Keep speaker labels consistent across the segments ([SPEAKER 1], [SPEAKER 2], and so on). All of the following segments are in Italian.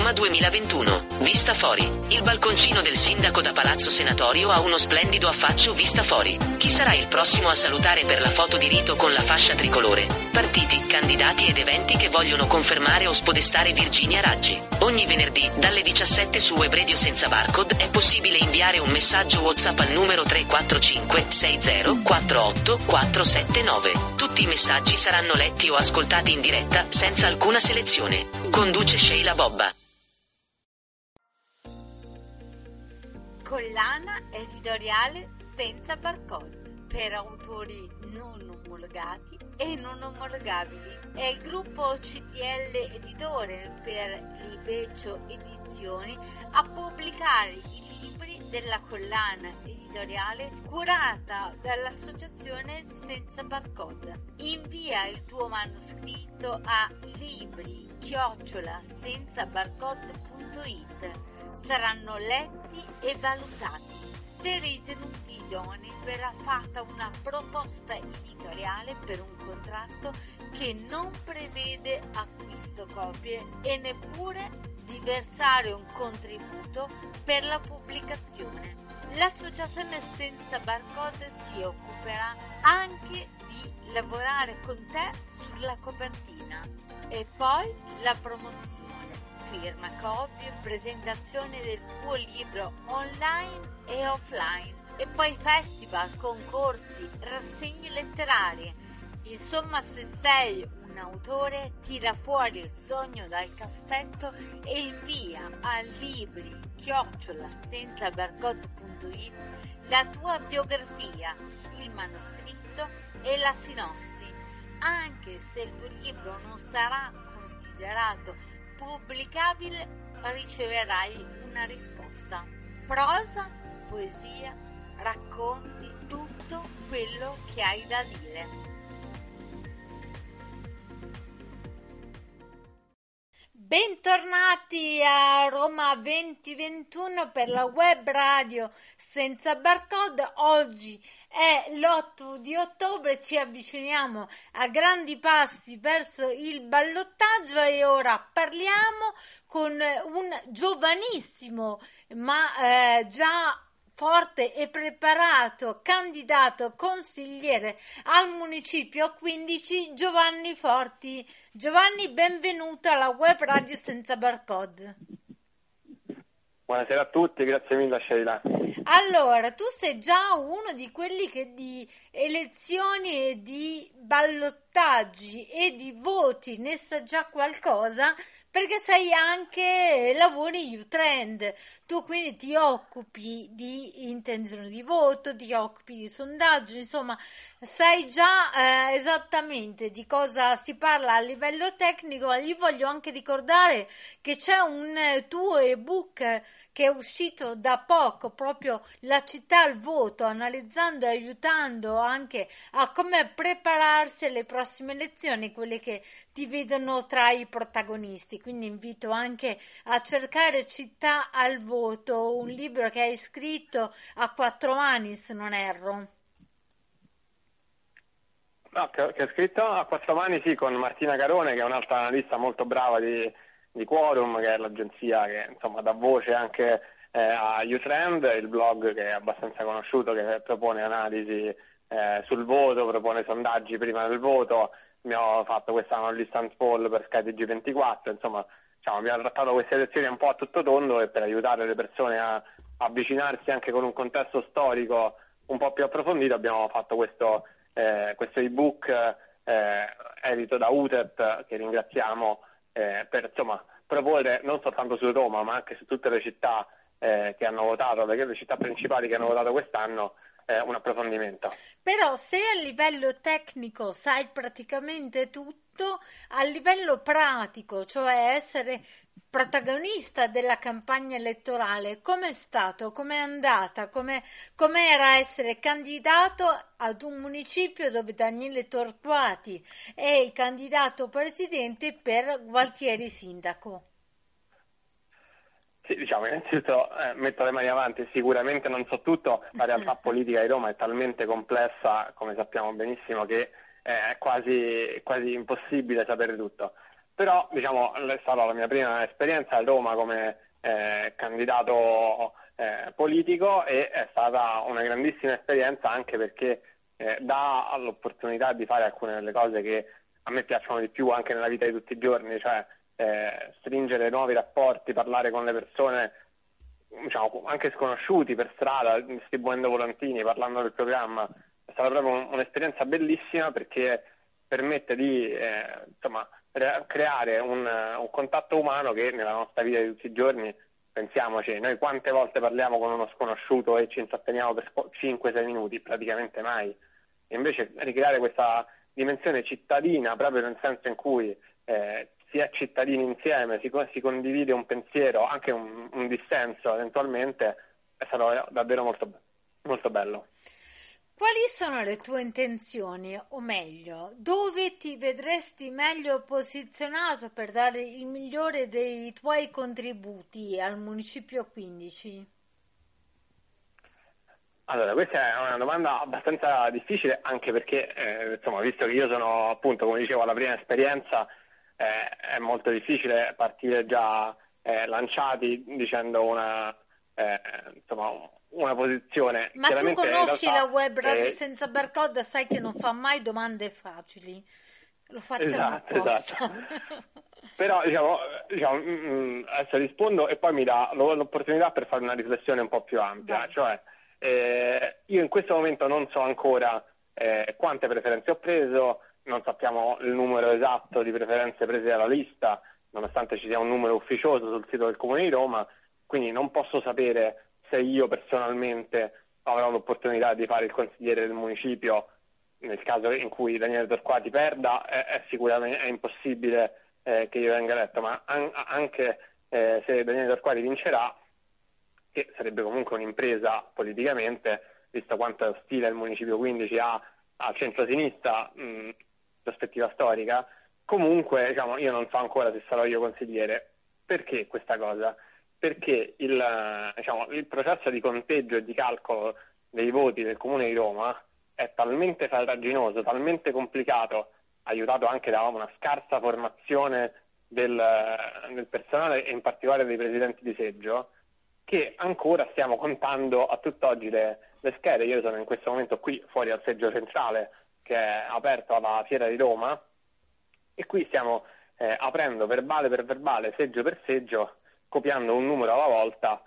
[SPEAKER 1] Roma 2021. Vista fuori. Il balconcino del sindaco da Palazzo Senatorio ha uno splendido affaccio vista fuori. Chi sarà il prossimo a salutare per la foto di rito con la fascia tricolore? Partiti, candidati ed eventi che vogliono confermare o spodestare Virginia Raggi. Ogni venerdì, dalle 17 su Web Radio senza barcode, è possibile inviare un messaggio WhatsApp al numero 345 60 48 479. Tutti i messaggi saranno letti o ascoltati in diretta, senza alcuna selezione. Conduce Sheila Bobba.
[SPEAKER 2] Collana editoriale senza barcode per autori non omologati e non omologabili. È il gruppo CTL Editore per Libeccio Edizioni a pubblicare i libri della collana editoriale curata dall'associazione Senza Barcode. Invia il tuo manoscritto a libri@senzabarcode.it. Saranno letti e valutati. Se ritenuti idonei verrà fatta una proposta editoriale per un contratto che non prevede acquisto copie e neppure di versare un contributo per la pubblicazione. L'associazione Senza Barcode si occuperà anche di lavorare con te sulla copertina e poi la promozione, firma copie, presentazione del tuo libro online e offline e poi festival, concorsi, rassegne letterarie. Insomma, se sei un autore, tira fuori il sogno dal cassetto e invia a libri@senzabarcode.it la tua biografia, il manoscritto e la sinossi. Anche se il tuo libro non sarà considerato pubblicabile, riceverai una risposta. Prosa, poesia, racconti, tutto quello che hai da dire. Bentornati a Roma 2021 per la web radio senza barcode. Oggi è l'8 di ottobre, ci avviciniamo a grandi passi verso il ballottaggio e ora parliamo con un giovanissimo ma già forte e preparato candidato consigliere al municipio 15, Giovanni Forti. Giovanni, benvenuto alla web radio senza barcode.
[SPEAKER 3] Buonasera a tutti, grazie mille Sheila.
[SPEAKER 2] Allora, tu sei già uno di quelli che di elezioni e di ballottaggi e di voti ne sa già qualcosa, perché sei anche lavori Youtrend. Tu quindi ti occupi di intenzioni di voto, ti occupi di sondaggi, insomma sai già esattamente di cosa si parla a livello tecnico. Gli voglio anche ricordare che c'è un tuo ebook che è uscito da poco, proprio La città al voto, analizzando e aiutando anche a come prepararsi alle prossime elezioni, quelle che ti vedono tra i protagonisti. Quindi invito anche a cercare Città al voto, un libro che hai scritto a 4 anni, se non erro.
[SPEAKER 3] No, che ho scritto a 4 mani, sì, con Martina Carone, che è un'altra analista molto brava di Quorum, che è l'agenzia che insomma dà voce anche a Youtrend, il blog che è abbastanza conosciuto, che propone analisi sul voto, propone sondaggi prima del voto. Abbiamo fatto quest'anno l'Instant Poll per SkyTG24, insomma diciamo, abbiamo trattato queste elezioni un po' a tutto tondo e per aiutare le persone a avvicinarsi anche con un contesto storico un po' più approfondito abbiamo fatto questo ebook edito da UTEP, che ringraziamo, per insomma proporre non soltanto su Roma ma anche su tutte le città che hanno votato, le città principali che hanno votato quest'anno, un approfondimento.
[SPEAKER 2] Però se a livello tecnico sai praticamente tutto, a livello pratico, cioè essere protagonista della campagna elettorale, com'è stato, com'è andata, com'era essere candidato ad un municipio dove Daniele Torquati è il candidato presidente per Gualtieri sindaco?
[SPEAKER 3] Sì, diciamo, innanzitutto metto le mani avanti, sicuramente non so tutto, la realtà politica di Roma è talmente complessa, come sappiamo benissimo, che è quasi impossibile sapere tutto. però diciamo è stata la mia prima esperienza a Roma come candidato politico, e è stata una grandissima esperienza anche perché dà l'opportunità di fare alcune delle cose che a me piacciono di più anche nella vita di tutti i giorni, cioè stringere nuovi rapporti, parlare con le persone, diciamo, anche sconosciuti per strada, distribuendo volantini, parlando del programma. È stata proprio un'esperienza bellissima perché permette di insomma, creare un contatto umano che nella nostra vita di tutti i giorni, pensiamoci, noi quante volte parliamo con uno sconosciuto e ci intratteniamo per 5-6 minuti? Praticamente mai. E invece ricreare questa dimensione cittadina, proprio nel senso in cui si è cittadini insieme, si condivide un pensiero, anche un dissenso eventualmente, è stato davvero molto, molto bello.
[SPEAKER 2] Quali sono le tue intenzioni, o meglio, dove ti vedresti meglio posizionato per dare il migliore dei tuoi contributi al Municipio 15?
[SPEAKER 3] Allora, questa è una domanda abbastanza difficile, anche perché, insomma, visto che io sono, appunto, come dicevo, alla prima esperienza, è molto difficile partire già lanciati dicendo una posizione.
[SPEAKER 2] Ma tu conosci la web radio senza barcode, sai che non fa mai domande facili. Lo facciamo apposta.
[SPEAKER 3] Però diciamo, adesso rispondo e poi mi dà l'opportunità per fare una riflessione un po' più ampia. Vai. Cioè, io in questo momento non so ancora quante preferenze ho preso, non sappiamo il numero esatto di preferenze prese dalla lista, nonostante ci sia un numero ufficioso sul sito del Comune di Roma, quindi non posso sapere se io personalmente avrò l'opportunità di fare il consigliere del municipio nel caso in cui Daniele Torquati perda. È sicuramente impossibile che io venga eletto, ma anche se Daniele Torquati vincerà, che sarebbe comunque un'impresa politicamente, visto quanto è ostile il municipio 15 al centro-sinistra, prospettiva storica, comunque diciamo, io non so ancora se sarò io consigliere. Perché questa cosa? Perché il processo di conteggio e di calcolo dei voti del Comune di Roma è talmente farraginoso, talmente complicato, aiutato anche da una scarsa formazione del personale e in particolare dei presidenti di seggio, che ancora stiamo contando a tutt'oggi le schede. Io sono in questo momento qui fuori al seggio centrale che è aperto alla Fiera di Roma, e qui stiamo aprendo verbale per verbale, seggio per seggio, copiando un numero alla volta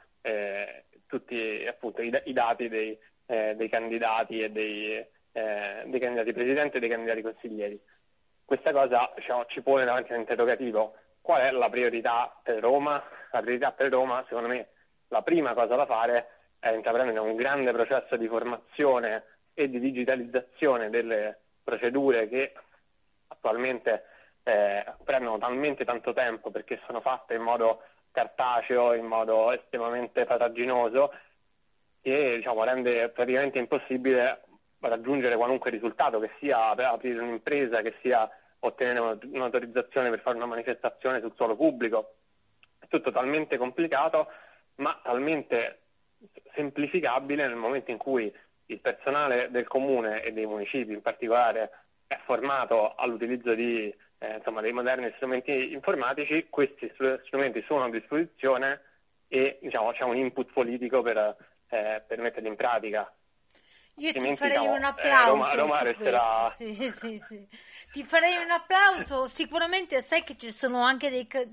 [SPEAKER 3] tutti appunto i dati dei candidati e dei candidati presidenti e dei candidati consiglieri. Questa cosa ci pone davanti a un interrogativo: qual è la priorità per Roma? La priorità per Roma, secondo me, la prima cosa da fare è intraprendere un grande processo di formazione e di digitalizzazione delle procedure che attualmente prendono talmente tanto tempo perché sono fatte in modo cartaceo, in modo estremamente farraginoso, che rende praticamente impossibile raggiungere qualunque risultato, che sia aprire un'impresa, che sia ottenere un'autorizzazione per fare una manifestazione sul suolo pubblico. È tutto talmente complicato, ma talmente semplificabile nel momento in cui il personale del comune e dei municipi in particolare è formato all'utilizzo di dei moderni strumenti informatici. Questi strumenti sono a disposizione e c'è un input politico per metterli in pratica.
[SPEAKER 2] Io ti farei un applauso Roma resterà... questo. Sì. Ti farei un applauso. Sicuramente sai che ci sono anche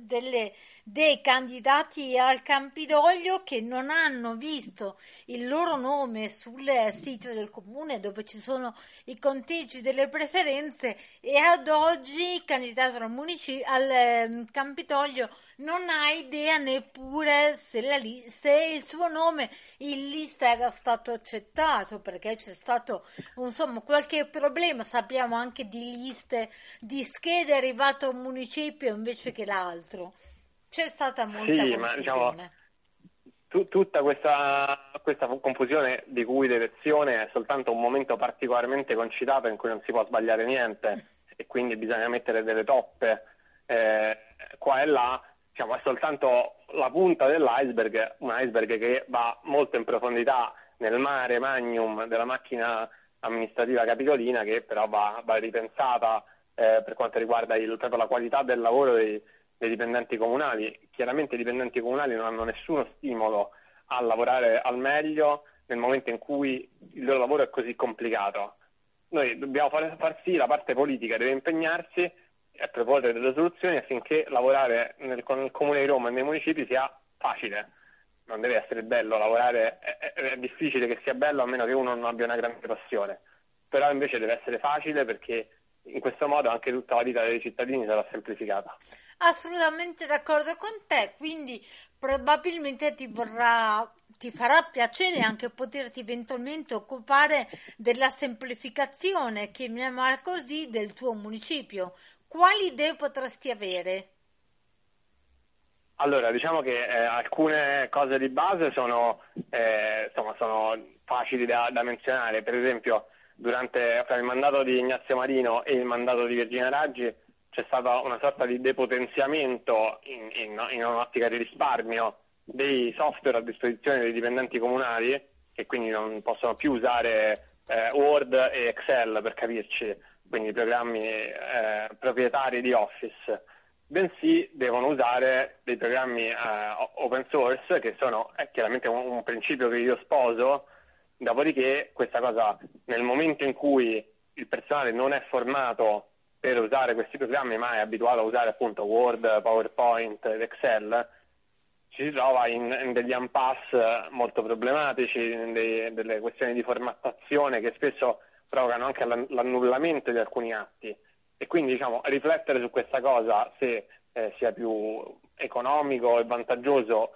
[SPEAKER 2] dei candidati al Campidoglio che non hanno visto il loro nome sul sito del comune dove ci sono i conteggi delle preferenze, e ad oggi il candidato al Campidoglio non ha idea neppure se il suo nome in lista era stato accettato, perché c'è stato qualche problema. Sappiamo anche di liste di schede arrivato a un municipio invece che l'altro. C'è stata molta confusione.
[SPEAKER 3] Tutta questa confusione di cui l'elezione è soltanto un momento particolarmente concitato in cui non si può sbagliare niente e quindi bisogna mettere delle toppe qua e là. È soltanto la punta dell'iceberg, un iceberg che va molto in profondità nel mare magnum della macchina amministrativa capitolina, che però va ripensata per quanto riguarda proprio la qualità del lavoro dei dipendenti comunali. Chiaramente i dipendenti comunali non hanno nessuno stimolo a lavorare al meglio nel momento in cui il loro lavoro è così complicato. Noi dobbiamo far sì, la parte politica deve impegnarsi e proporre delle soluzioni affinché lavorare con il Comune di Roma e nei municipi sia facile. Non deve essere bello lavorare, è difficile che sia bello a meno che uno non abbia una grande passione, però invece deve essere facile, perché in questo modo anche tutta la vita dei cittadini sarà semplificata.
[SPEAKER 2] Assolutamente d'accordo con te, quindi probabilmente ti farà piacere anche poterti eventualmente occupare della semplificazione, chiamiamola così, del tuo municipio. Quali idee potresti avere?
[SPEAKER 3] Allora, diciamo che alcune cose di base sono facili da menzionare. Per esempio, durante il mandato di Ignazio Marino e il mandato di Virginia Raggi c'è stata una sorta di depotenziamento in un'ottica di risparmio dei software a disposizione dei dipendenti comunali, che quindi non possono più usare Word e Excel, per capirci, quindi programmi proprietari di Office, bensì devono usare dei programmi open source, che sono chiaramente un principio che io sposo. Dopodiché questa cosa, nel momento in cui il personale non è formato per usare questi programmi, ma è abituato a usare appunto Word, PowerPoint ed Excel, ci si trova in degli impasse molto problematici, in delle questioni di formattazione che spesso provocano anche l'annullamento di alcuni atti. E quindi, diciamo, riflettere su questa cosa, se sia più economico e vantaggioso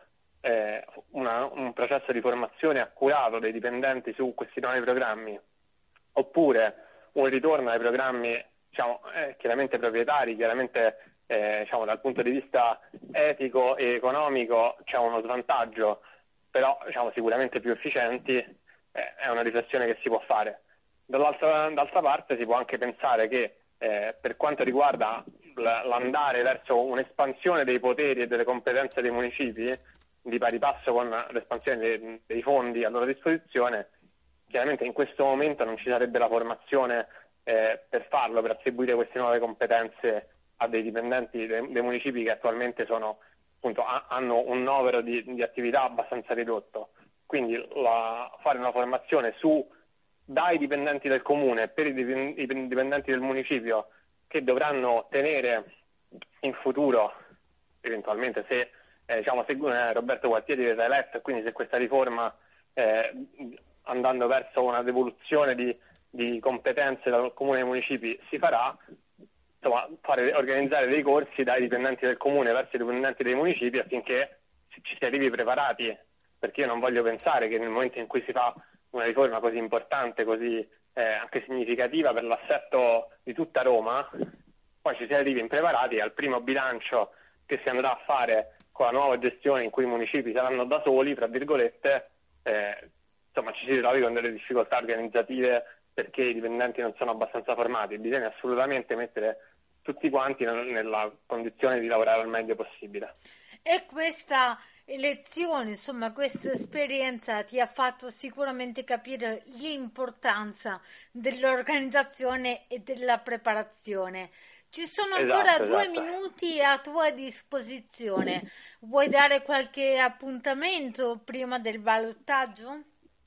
[SPEAKER 3] un processo di formazione accurato dei dipendenti su questi nuovi programmi, oppure un ritorno ai programmi, diciamo, chiaramente proprietari. Chiaramente diciamo, dal punto di vista etico e economico c'è uno svantaggio, però diciamo, sicuramente più efficienti, è una riflessione che si può fare. D'altra parte si può anche pensare che per quanto riguarda l'andare verso un'espansione dei poteri e delle competenze dei municipi, di pari passo con l'espansione dei fondi a loro disposizione, chiaramente in questo momento non ci sarebbe la formazione per farlo, per attribuire queste nuove competenze a dei dipendenti dei municipi che attualmente appunto, hanno un novero di attività abbastanza ridotto. Quindi fare una formazione dai dipendenti del comune per i dipendenti del municipio, che dovranno tenere in futuro, eventualmente, se Roberto Gualtieri verrà eletto, e quindi se questa riforma, andando verso una devoluzione di competenze dal comune ai municipi, si farà, insomma, organizzare dei corsi dai dipendenti del comune verso i dipendenti dei municipi, affinché ci si arrivi preparati, perché io non voglio pensare che nel momento in cui si fa una riforma così importante, così anche significativa per l'assetto di tutta Roma, poi ci si arrivi impreparati e al primo bilancio che si andrà a fare con la nuova gestione, in cui i municipi saranno da soli, tra virgolette, insomma, ci si ritrovi con delle difficoltà organizzative perché i dipendenti non sono abbastanza formati. Bisogna assolutamente mettere tutti quanti nella condizione di lavorare al meglio possibile.
[SPEAKER 2] E questa elezione, insomma, questa esperienza ti ha fatto sicuramente capire l'importanza dell'organizzazione e della preparazione. Ci sono ancora 2 minuti a tua disposizione. Vuoi dare qualche appuntamento prima del ballottaggio?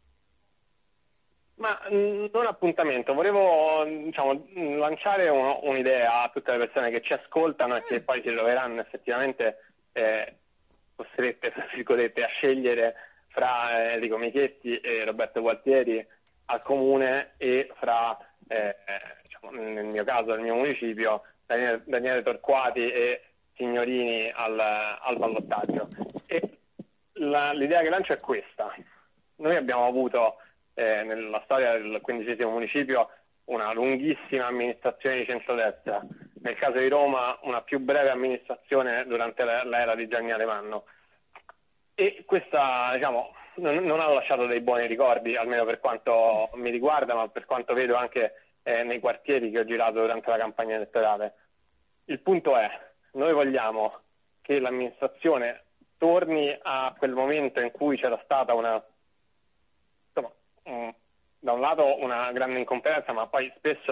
[SPEAKER 3] Ma non appuntamento, volevo, diciamo, lanciare un'idea a tutte le persone che ci ascoltano e che poi si troveranno effettivamente costrette, tra virgolette, a scegliere fra Enrico Michetti e Roberto Gualtieri al comune e fra, diciamo, nel mio caso, nel mio municipio, Daniele Torquati e Signorini al ballottaggio. E l'idea che lancio è questa. Noi abbiamo avuto nella storia del 15° municipio una lunghissima amministrazione di centrodestra, nel caso di Roma una più breve amministrazione durante l'era di Gianni Alemanno, e questa, diciamo, non ha lasciato dei buoni ricordi, almeno per quanto mi riguarda, ma per quanto vedo anche nei quartieri che ho girato durante la campagna elettorale. Il punto è, noi vogliamo che l'amministrazione torni a quel momento in cui c'era stata da un lato una grande incompetenza, ma poi spesso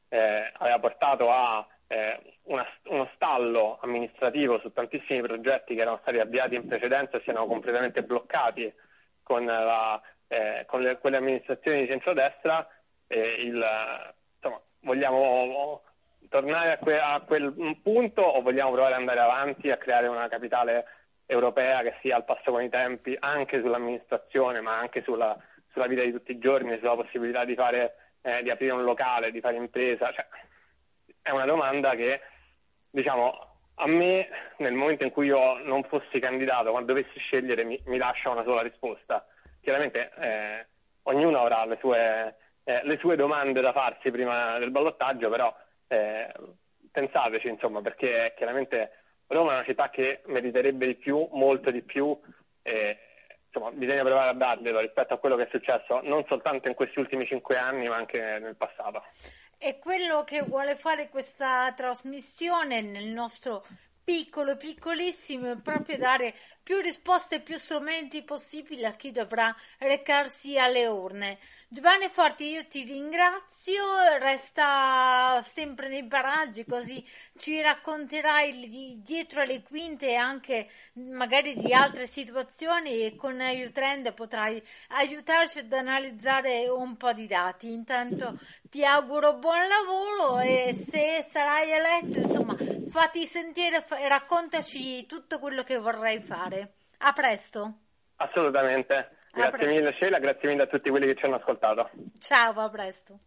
[SPEAKER 3] aveva portato a uno stallo amministrativo su tantissimi progetti che erano stati avviati in precedenza e si erano completamente bloccati con quelle amministrazioni di centrodestra. Insomma, vogliamo tornare a quel punto o vogliamo provare ad andare avanti a creare una capitale europea che sia al passo con i tempi anche sull'amministrazione, ma anche sulla vita di tutti i giorni, sulla possibilità di aprire un locale, di fare impresa? Cioè, è una domanda che, diciamo, a me, nel momento in cui io non fossi candidato, quando dovessi scegliere, mi lascia una sola risposta. Chiaramente ognuno avrà le sue domande da farsi prima del ballottaggio, però pensateci, insomma, perché chiaramente Roma è una città che meriterebbe di più, molto di più, insomma, bisogna provare a darglielo rispetto a quello che è successo non soltanto in questi ultimi 5 anni, ma anche nel passato.
[SPEAKER 2] E quello che vuole fare questa trasmissione nel nostro piccolissimo è proprio dare più risposte e più strumenti possibili a chi dovrà recarsi alle urne. Giovanni Forti, io ti ringrazio, resta sempre nei paraggi, così ci racconterai dietro le quinte anche magari di altre situazioni, e con Youtrend potrai aiutarci ad analizzare un po' di dati. Intanto ti auguro buon lavoro, e se sarai eletto, insomma, fatti sentire e raccontaci tutto quello che vorrai fare. A presto.
[SPEAKER 3] Assolutamente. Grazie mille Sheila, grazie mille a tutti quelli che ci hanno ascoltato.
[SPEAKER 2] Ciao, a presto.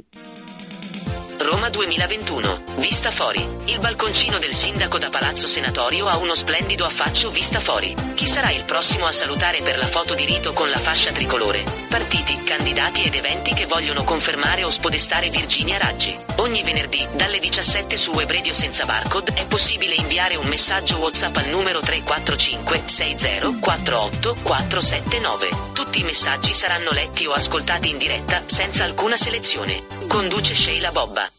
[SPEAKER 1] Roma 2021. Vista fuori. Il balconcino del sindaco da Palazzo Senatorio ha uno splendido affaccio vista fuori. Chi sarà il prossimo a salutare per la foto di rito con la fascia tricolore? Partiti, candidati ed eventi che vogliono confermare o spodestare Virginia Raggi. Ogni venerdì, dalle 17 su Web Radio senza barcode, è possibile inviare un messaggio WhatsApp al numero 345 60 48 479. Tutti i messaggi saranno letti o ascoltati in diretta, senza alcuna selezione. Conduce Sheila Bobba.